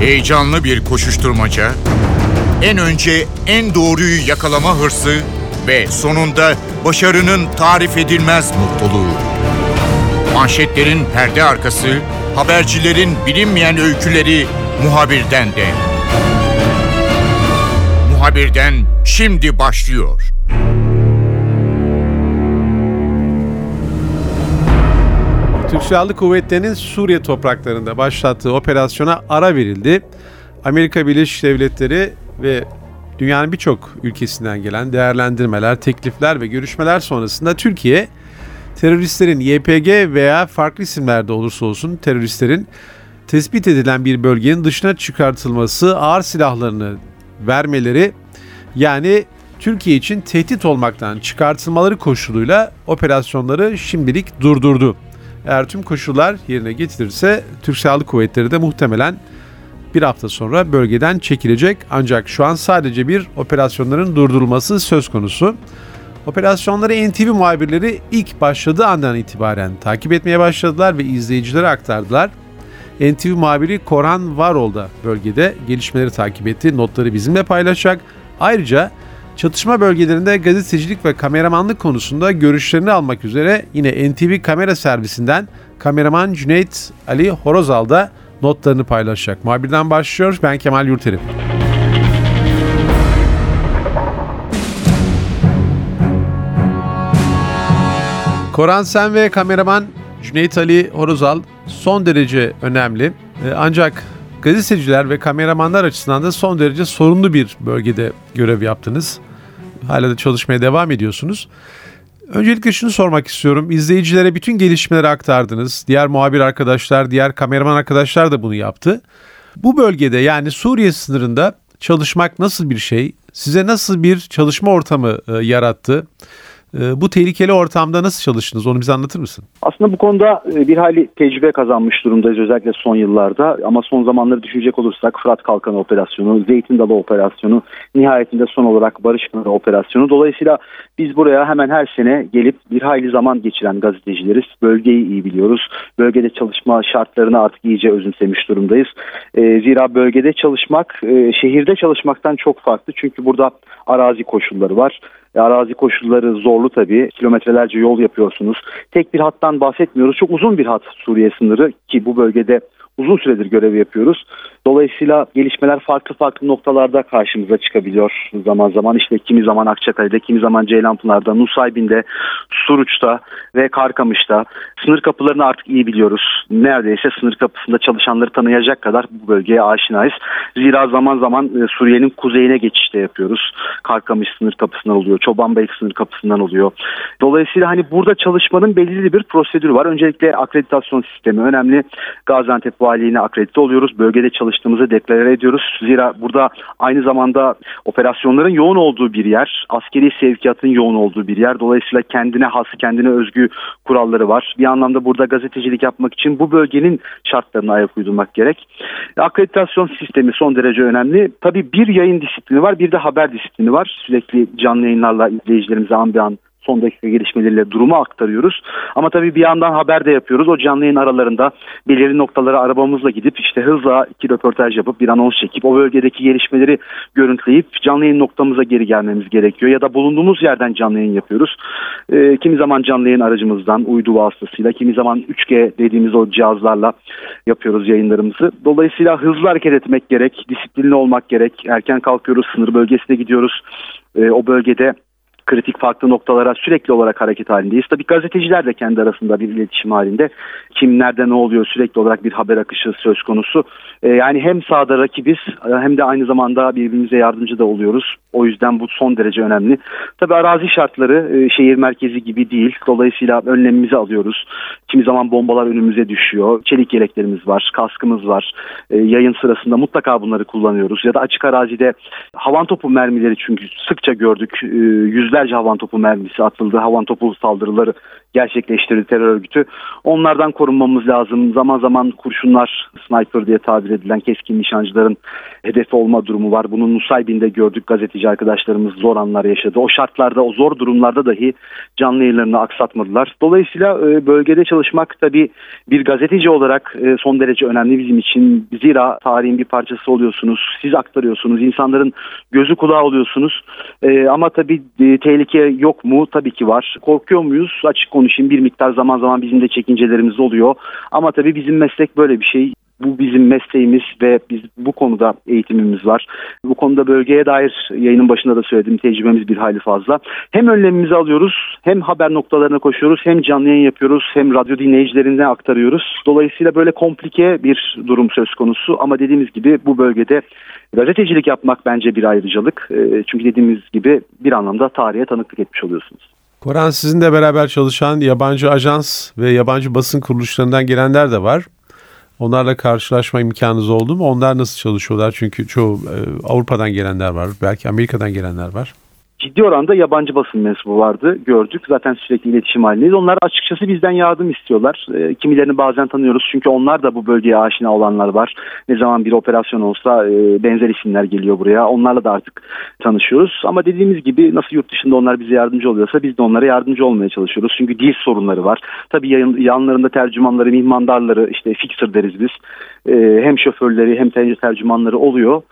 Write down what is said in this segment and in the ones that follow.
Heyecanlı bir koşuşturmaca, en önce en doğruyu yakalama hırsı ve sonunda başarının tarif edilmez mutluluğu. Manşetlerin perde arkası, habercilerin bilinmeyen öyküleri Muhabir'den de. Muhabir'den şimdi başlıyor. Türk Silahlı Kuvvetleri'nin Suriye topraklarında başlattığı operasyona ara verildi. Amerika Birleşik Devletleri ve dünyanın birçok ülkesinden gelen değerlendirmeler, teklifler ve görüşmeler sonrasında Türkiye, teröristlerin YPG veya farklı isimlerde olursa olsun teröristlerin tespit edilen bir bölgenin dışına çıkartılması, ağır silahlarını vermeleri, yani Türkiye için tehdit olmaktan çıkartılmaları koşuluyla operasyonları şimdilik durdurdu. Eğer tüm koşullar yerine getirirse Türk Silahlı Kuvvetleri de muhtemelen bir hafta sonra bölgeden çekilecek. Ancak şu an sadece bir operasyonların durdurulması söz konusu. Operasyonları NTV muhabirleri ilk başladığı andan itibaren takip etmeye başladılar ve izleyicilere aktardılar. NTV muhabiri Korhan Varol da bölgede gelişmeleri takip etti. Notları bizimle paylaşacak. Ayrıca çatışma bölgelerinde gazetecilik ve kameramanlık konusunda görüşlerini almak üzere yine NTV kamera servisinden kameraman Cüneyt Ali Horozal da notlarını paylaşacak. Muhabirden başlıyor. Ben Kemal Yurteri. Korhan, sen ve kameraman Cüneyt Ali Horozal son derece önemli. Ancak gazeteciler ve kameramanlar açısından da son derece sorunlu bir bölgede görev yaptınız. Hala da çalışmaya devam ediyorsunuz. Öncelikle şunu sormak istiyorum. İzleyicilere bütün gelişmeleri aktardınız. Diğer muhabir arkadaşlar, diğer kameraman arkadaşlar da bunu yaptı. Bu bölgede, yani Suriye sınırında çalışmak nasıl bir şey? Size nasıl bir çalışma ortamı yarattı? Bu tehlikeli ortamda nasıl çalıştınız? Onu bize anlatır mısın? Aslında bu konuda bir hayli tecrübe kazanmış durumdayız özellikle son yıllarda. Ama son zamanları düşünecek olursak Fırat Kalkanı Operasyonu, Zeytin Dalı Operasyonu, nihayetinde son olarak Barış Pınarı Operasyonu. Dolayısıyla biz buraya hemen her sene gelip bir hayli zaman geçiren gazetecileriz. Bölgeyi iyi biliyoruz. Bölgede çalışma şartlarını artık iyice özümsemiş durumdayız. Zira bölgede çalışmak şehirde çalışmaktan çok farklı. Çünkü burada arazi koşulları var. Arazi koşulları zorlu tabii. Kilometrelerce yol yapıyorsunuz. Tek bir hattan bahsetmiyoruz. Çok uzun bir hat Suriye sınırı ki bu bölgede uzun süredir görev yapıyoruz. Dolayısıyla gelişmeler farklı noktalarda karşımıza çıkabiliyor zaman zaman. İşte kimi zaman Akçakale'de, kimi zaman Ceylanpınar'da, Nusaybin'de, Suruç'ta ve Karkamış'ta. Sınır kapılarını artık iyi biliyoruz. Neredeyse sınır kapısında çalışanları tanıyacak kadar bu bölgeye aşinayız. Zira zaman zaman Suriye'nin kuzeyine geçişte yapıyoruz. Karkamış sınır kapısından oluyor, Çobanbeylik sınır kapısından oluyor. Dolayısıyla hani burada çalışmanın belirli bir prosedürü var. Öncelikle akreditasyon sistemi önemli. Gaziantep Valiliğine akredite oluyoruz. Bölgede çalıştığımızı deklare ediyoruz. Zira burada aynı zamanda operasyonların yoğun olduğu bir yer, askeri sevkiyatın yoğun olduğu bir yer. Dolayısıyla kendine has, kendine özgü kuralları var. Bir anlamda burada gazetecilik yapmak için bu bölgenin şartlarına ayak uydurmak gerek. Akreditasyon sistemi son derece önemli. Tabii bir yayın disiplini var, bir de haber disiplini var. Sürekli canlı yayınlarla izleyicilerimize an bir an son dakika gelişmeleriyle durumu aktarıyoruz. Ama tabii bir yandan haber de yapıyoruz. O canlı yayın aralarında belirli noktalara arabamızla gidip işte hızla 2 röportaj yapıp bir anons çekip o bölgedeki gelişmeleri görüntüleyip canlı yayın noktamıza geri gelmemiz gerekiyor. Ya da bulunduğumuz yerden canlı yayın yapıyoruz. Kimi zaman canlı yayın aracımızdan, uydu vasıtasıyla, kimi zaman 3G dediğimiz o cihazlarla yapıyoruz yayınlarımızı. Dolayısıyla hızlı hareket etmek gerek, disiplinli olmak gerek. Erken kalkıyoruz, sınır bölgesine gidiyoruz. O bölgede kritik farklı noktalara sürekli olarak hareket halindeyiz. Tabii gazeteciler de kendi arasında bir iletişim halinde. Kim nerede ne oluyor sürekli olarak bir haber akışı söz konusu. Yani hem sahada rakibiz hem de aynı zamanda birbirimize yardımcı da oluyoruz. O yüzden bu son derece önemli. Tabii arazi şartları şehir merkezi gibi değil. Dolayısıyla önlemimizi alıyoruz. Kimi zaman bombalar önümüze düşüyor. Çelik yeleklerimiz var, kaskımız var. Yayın sırasında mutlaka bunları kullanıyoruz. Ya da açık arazide havan topu mermileri çünkü sıkça gördük. Yüzlerce havan topu mermisi atıldı. Havan topu saldırıları gerçekleştirdi terör örgütü. Onlardan korunmamız lazım. Zaman zaman kurşunlar, sniper diye tabir edilen keskin nişancıların hedefi olma durumu var. Bunu Nusaybin'de gördük. Gazeteci arkadaşlarımız zor anlar yaşadı. O şartlarda, o zor durumlarda dahi canlı yayınlarını aksatmadılar. Dolayısıyla bölgede çalışmak tabii bir gazeteci olarak son derece önemli bizim için. Zira tarihin bir parçası oluyorsunuz. Siz aktarıyorsunuz. İnsanların gözü kulağı oluyorsunuz. Ama tabii tehlike yok mu? Tabii ki var. Korkuyor muyuz? Açık konuşayım, bir miktar zaman zaman bizim de çekincelerimiz oluyor. Ama tabii bizim meslek böyle bir şey. Bu bizim mesleğimiz ve biz bu konuda eğitimimiz var. Bu konuda bölgeye dair yayının başında da söylediğim tecrübemiz bir hayli fazla. Hem önlemimizi alıyoruz, hem haber noktalarına koşuyoruz, hem canlı yayın yapıyoruz, hem radyo dinleyicilerine aktarıyoruz. Dolayısıyla böyle komplike bir durum söz konusu ama dediğimiz gibi bu bölgede gazetecilik yapmak bence bir ayrıcalık. Çünkü dediğimiz gibi bir anlamda tarihe tanıklık etmiş oluyorsunuz. Koran, sizinle beraber çalışan yabancı ajans ve yabancı basın kuruluşlarından gelenler de var. Onlarla karşılaşma imkanınız oldu mu? Onlar nasıl çalışıyorlar? Çünkü çoğu Avrupa'dan gelenler var. Belki Amerika'dan gelenler var. Ciddi oranda yabancı basın mensubu vardı. Gördük. Zaten sürekli iletişim halindeyiz. Onlar açıkçası bizden yardım istiyorlar. Kimilerini bazen tanıyoruz. Çünkü onlar da bu bölgeye aşina olanlar var. Ne zaman bir operasyon olsa benzer isimler geliyor buraya. Onlarla da artık tanışıyoruz. Ama dediğimiz gibi nasıl yurt dışında onlar bize yardımcı oluyorsa biz de onlara yardımcı olmaya çalışıyoruz. Çünkü dil sorunları var. Tabii yanlarında tercümanları, mihmandarları, işte fixer deriz biz. Hem şoförleri hem tercümanları oluyor.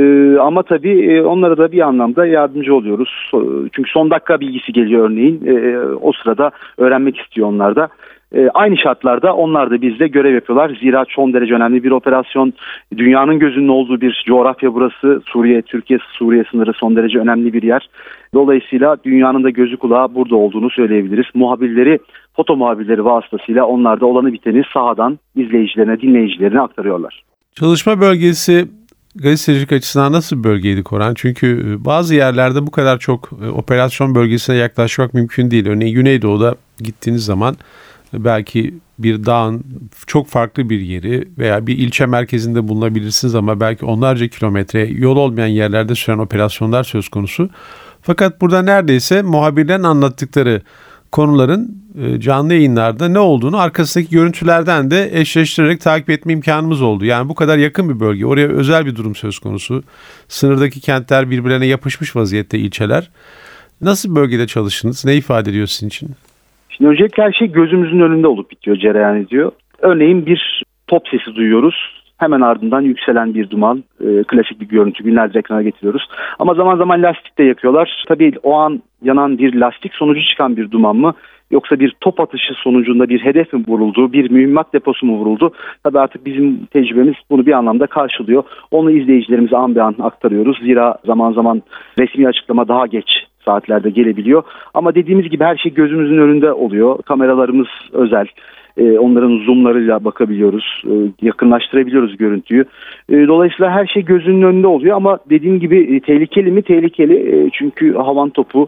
Ama tabii onlara da bir anlamda yardımcı oluyoruz. Çünkü son dakika bilgisi geliyor örneğin. O sırada öğrenmek istiyor onlar da. Aynı şartlarda onlar da bizle görev yapıyorlar. Zira son derece önemli bir operasyon. Dünyanın gözünün olduğu bir coğrafya burası. Türkiye-Suriye sınırı son derece önemli bir yer. Dolayısıyla dünyanın da gözü kulağı burada olduğunu söyleyebiliriz. Muhabirleri, foto muhabirleri vasıtasıyla onlar da olanı biteni sahadan izleyicilerine, dinleyicilerine aktarıyorlar. Çalışma bölgesi gazetecilik açısından nasıl bir bölgeydi Koran? Çünkü bazı yerlerde bu kadar çok operasyon bölgesine yaklaşmak mümkün değil. Örneğin Güneydoğu'da gittiğiniz zaman belki bir dağın çok farklı bir yeri veya bir ilçe merkezinde bulunabilirsiniz ama belki onlarca kilometre yol olmayan yerlerde süren operasyonlar söz konusu. Fakat burada neredeyse muhabirlerin anlattıkları konuların canlı yayınlarda ne olduğunu arkasındaki görüntülerden de eşleştirerek takip etme imkanımız oldu. Yani bu kadar yakın bir bölge. Oraya özel bir durum söz konusu. Sınırdaki kentler birbirlerine yapışmış vaziyette, ilçeler. Nasıl bir bölgede çalıştınız? Ne ifade ediyor sizin için? Şimdi öncelikle her şey gözümüzün önünde olup bitiyor, cereyan ediyor. Örneğin bir top sesi duyuyoruz. Hemen ardından yükselen bir duman, klasik bir görüntü, günlerce ekrana getiriyoruz. Ama zaman zaman lastik de yakıyorlar. Tabii o an yanan bir lastik sonucu çıkan bir duman mı? Yoksa bir top atışı sonucunda bir hedef mi vuruldu, bir mühimmat deposu mu vuruldu? Tabii artık bizim tecrübemiz bunu bir anlamda karşılıyor. Onu izleyicilerimize an be an aktarıyoruz. Zira zaman zaman resmi açıklama daha geç saatlerde gelebiliyor. Ama dediğimiz gibi her şey gözümüzün önünde oluyor. Kameralarımız özel. Onların zoomlarıyla bakabiliyoruz. Yakınlaştırabiliyoruz görüntüyü. Dolayısıyla her şey gözünün önünde oluyor ama dediğim gibi tehlikeli mi? Tehlikeli. Çünkü havan topu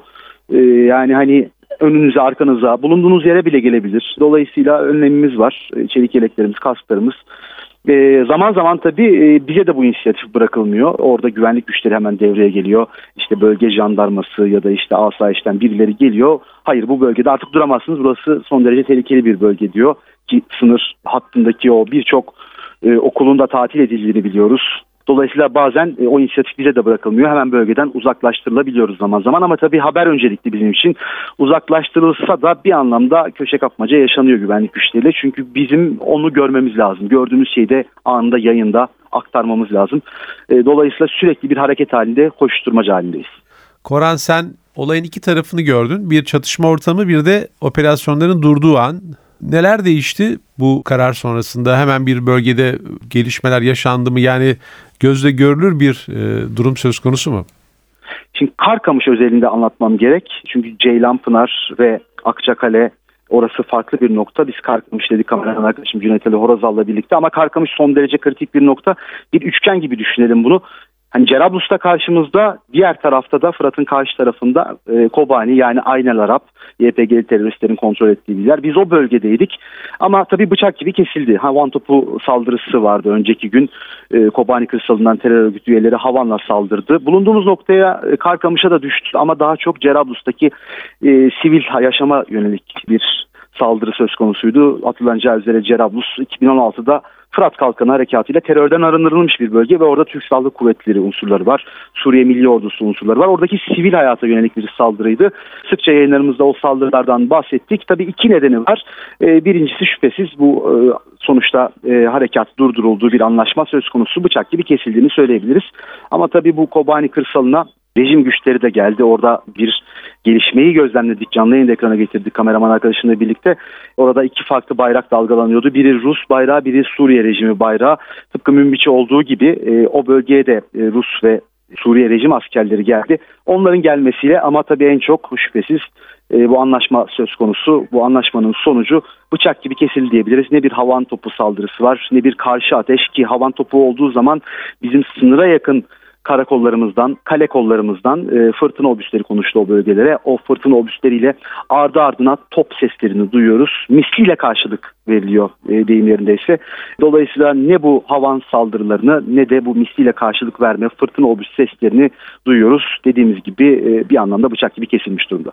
yani hani önünüze, arkanıza, bulunduğunuz yere bile gelebilir. Dolayısıyla önlemimiz var. Çelik yeleklerimiz, kasklarımız. Zaman zaman tabii bize de bu inisiyatif bırakılmıyor. Orada güvenlik güçleri hemen devreye geliyor. İşte bölge jandarması ya da işte asayişten birileri geliyor. Hayır, bu bölgede artık duramazsınız. Burası son derece tehlikeli bir bölge diyor. Ki sınır hattındaki o birçok okulun da tatil edildiğini biliyoruz. Dolayısıyla bazen o inisiyatif bize de bırakılmıyor. Hemen bölgeden uzaklaştırılabiliyoruz zaman zaman ama tabii haber öncelikli bizim için. Uzaklaştırılsa da bir anlamda köşe kapmaca yaşanıyor güvenlik güçleriyle. Çünkü bizim onu görmemiz lazım. Gördüğümüz şeyi de anında yayında aktarmamız lazım. Dolayısıyla sürekli bir hareket halinde, koşuşturmaca halindeyiz. Koran, sen olayın iki tarafını gördün. Bir çatışma ortamı, bir de operasyonların durduğu an. Neler değişti bu karar sonrasında? Hemen bir bölgede gelişmeler yaşandı mı? Yani gözle görülür bir durum söz konusu mu? Şimdi Karkamış özelinde anlatmam gerek. Çünkü Ceylanpınar ve Akçakale orası farklı bir nokta. Biz Karkamış dedik kameraman arkadaşım Cüneyt Ali Horazal'la birlikte ama Karkamış son derece kritik bir nokta. Bir üçgen gibi düşünelim bunu. Hani Cerablus'ta karşımızda, diğer tarafta da Fırat'ın karşı tarafında Kobani yani Aynel Arap, YPG'li teröristlerin kontrol ettiği bir yer. Biz o bölgedeydik ama tabii bıçak gibi kesildi. Havan topu saldırısı vardı önceki gün. Kobani kırsalından terör örgütü üyeleri havanla saldırdı. Bulunduğumuz noktaya Karkamış'a da düştü ama daha çok Cerablus'taki sivil yaşama yönelik bir saldırı söz konusuydu. Atılacağı üzere Cerablus 2016'da Fırat Kalkanı Harekatı'yla terörden arındırılmış bir bölge ve orada Türk Silahlı Kuvvetleri unsurları var. Suriye Milli Ordusu unsurları var. Oradaki sivil hayata yönelik bir saldırıydı. Sıkça yayınlarımızda o saldırılardan bahsettik. Tabii iki nedeni var. Birincisi şüphesiz bu sonuçta harekat durdurulduğu bir anlaşma söz konusu, bıçak gibi kesildiğini söyleyebiliriz. Ama tabii bu Kobani kırsalına rejim güçleri de geldi. Orada bir gelişmeyi gözlemledik. Canlı yayın ekrana getirdik kameraman arkadaşımla birlikte. Orada iki farklı bayrak dalgalanıyordu. Biri Rus bayrağı, biri Suriye rejimi bayrağı. Tıpkı Münbiç'e olduğu gibi o bölgeye de Rus ve Suriye rejim askerleri geldi. Onların gelmesiyle ama tabii en çok şüphesiz bu anlaşma söz konusu. Bu anlaşmanın sonucu bıçak gibi kesildi diyebiliriz. Ne bir havan topu saldırısı var, ne bir karşı ateş, ki havan topu olduğu zaman bizim sınıra yakın karakollarımızdan, kale kollarımızdan fırtına obüsleri konuştu o bölgelere. O fırtına obüsleriyle ardı ardına top seslerini duyuyoruz. Misliyle karşılık veriliyor deyim yerindeyse. Dolayısıyla ne bu havan saldırılarını ne de bu misliyle karşılık verme fırtına obüs seslerini duyuyoruz. Dediğimiz gibi bir anlamda bıçak gibi kesilmiş durumda.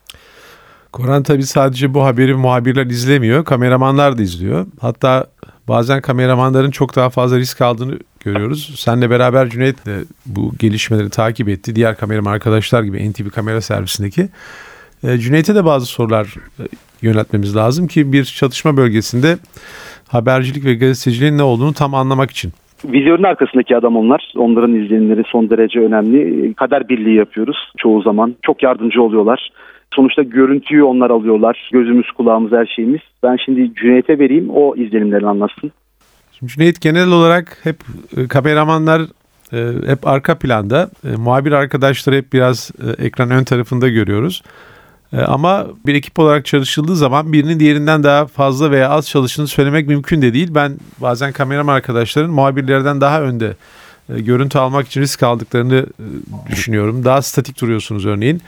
Koran tabii sadece bu haberi muhabirler izlemiyor, kameramanlar da izliyor. Hatta bazen kameramanların çok daha fazla risk aldığını görüyoruz. Seninle beraber Cüneyt de bu gelişmeleri takip etti. Diğer kameraman arkadaşlar gibi NTV kamera servisindeki. Cüneyt'e de bazı sorular yöneltmemiz lazım ki bir çatışma bölgesinde habercilik ve gazeteciliğin ne olduğunu tam anlamak için. Vizyonun arkasındaki adam onlar. Onların izlenimleri son derece önemli. Kader birliği yapıyoruz çoğu zaman. Çok yardımcı oluyorlar. Sonuçta görüntüyü onlar alıyorlar. Gözümüz, kulağımız, her şeyimiz. Ben şimdi Cüneyt'e vereyim, o izlenimlerini anlatsın. Şimdi Cüneyt, genel olarak hep kameramanlar hep arka planda. Muhabir arkadaşları hep biraz ekran ön tarafında görüyoruz. Ama bir ekip olarak çalışıldığı zaman birinin diğerinden daha fazla veya az çalıştığını söylemek mümkün de değil. Ben bazen kameraman arkadaşların muhabirlerden daha önde görüntü almak için risk aldıklarını düşünüyorum. Daha statik duruyorsunuz örneğin.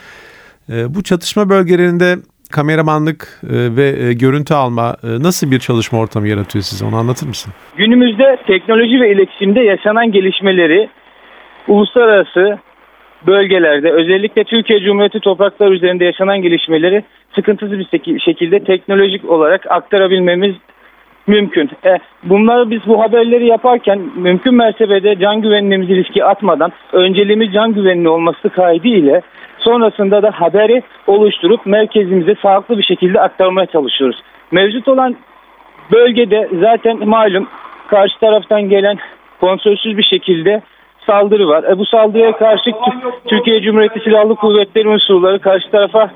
Bu çatışma bölgelerinde kameramanlık ve görüntü alma nasıl bir çalışma ortamı yaratıyor size? Onu anlatır mısın? Günümüzde teknoloji ve iletişimde yaşanan gelişmeleri uluslararası bölgelerde, özellikle Türkiye Cumhuriyeti toprakları üzerinde yaşanan gelişmeleri sıkıntısız bir şekilde teknolojik olarak aktarabilmemiz mümkün. Bunları biz bu haberleri yaparken mümkün mertebede can güvenliğimizi riske atmadan, önceliğimiz can güvenliği olması kaydıyla sonrasında da haberi oluşturup merkezimize sağlıklı bir şekilde aktarmaya çalışıyoruz. Mevcut olan bölgede zaten malum karşı taraftan gelen kontrolsüz bir şekilde saldırı var. Bu saldırıya karşı Türkiye Cumhuriyeti Silahlı Kuvvetleri unsurları karşı tarafa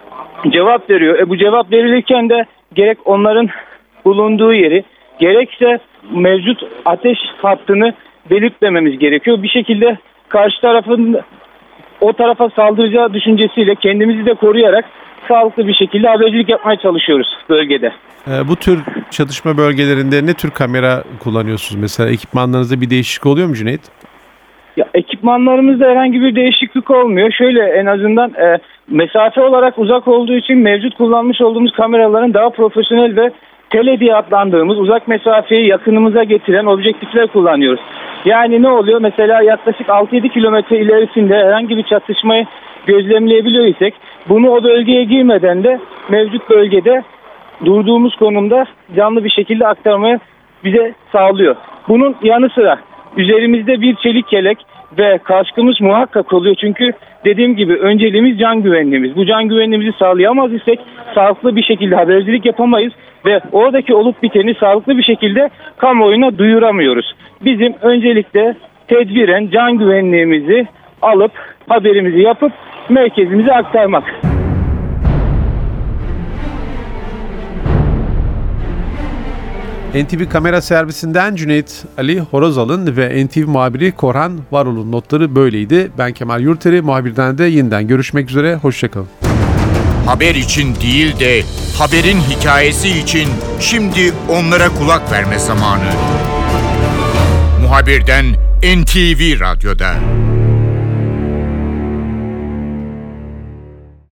cevap veriyor. Bu cevap verilirken de gerek onların bulunduğu yeri gerekse mevcut ateş hattını belirtmememiz gerekiyor. Bir şekilde karşı tarafın o tarafa saldıracağı düşüncesiyle kendimizi de koruyarak sağlıklı bir şekilde habercilik yapmaya çalışıyoruz bölgede. Bu tür çatışma bölgelerinde ne tür kamera kullanıyorsunuz? Mesela ekipmanlarınızda bir değişiklik oluyor mu Cüneyt? Ya, ekipmanlarımızda herhangi bir değişiklik olmuyor. Şöyle, en azından mesafe olarak uzak olduğu için mevcut kullanmış olduğumuz kameraların daha profesyonel ve tele diye adlandığımız uzak mesafeyi yakınımıza getiren objektifler kullanıyoruz. Yani ne oluyor? Mesela yaklaşık 6-7 kilometre ilerisinde herhangi bir çatışmayı gözlemleyebiliyor isek bunu o bölgeye girmeden de mevcut bölgede durduğumuz konumda canlı bir şekilde aktarmayı bize sağlıyor. Bunun yanı sıra üzerimizde bir çelik yelek ve kaskımız muhakkak oluyor. Çünkü dediğim gibi önceliğimiz can güvenliğimiz. Bu can güvenliğimizi sağlayamaz isek sağlıklı bir şekilde habercilik yapamayız ve oradaki olup biteni sağlıklı bir şekilde kamuoyuna duyuramıyoruz. Bizim öncelikle tedbiren can güvenliğimizi alıp haberimizi yapıp merkezimize aktarmak. NTV kamera servisinden Cüneyt Ali Horozal'ın ve NTV muhabiri Korhan Varol'un notları böyleydi. Ben Kemal Yurteri, muhabirden de yeniden görüşmek üzere. Hoşçakalın. Haber için değil de haberin hikayesi için şimdi onlara kulak verme zamanı. Muhabirden NTV Radyo'da.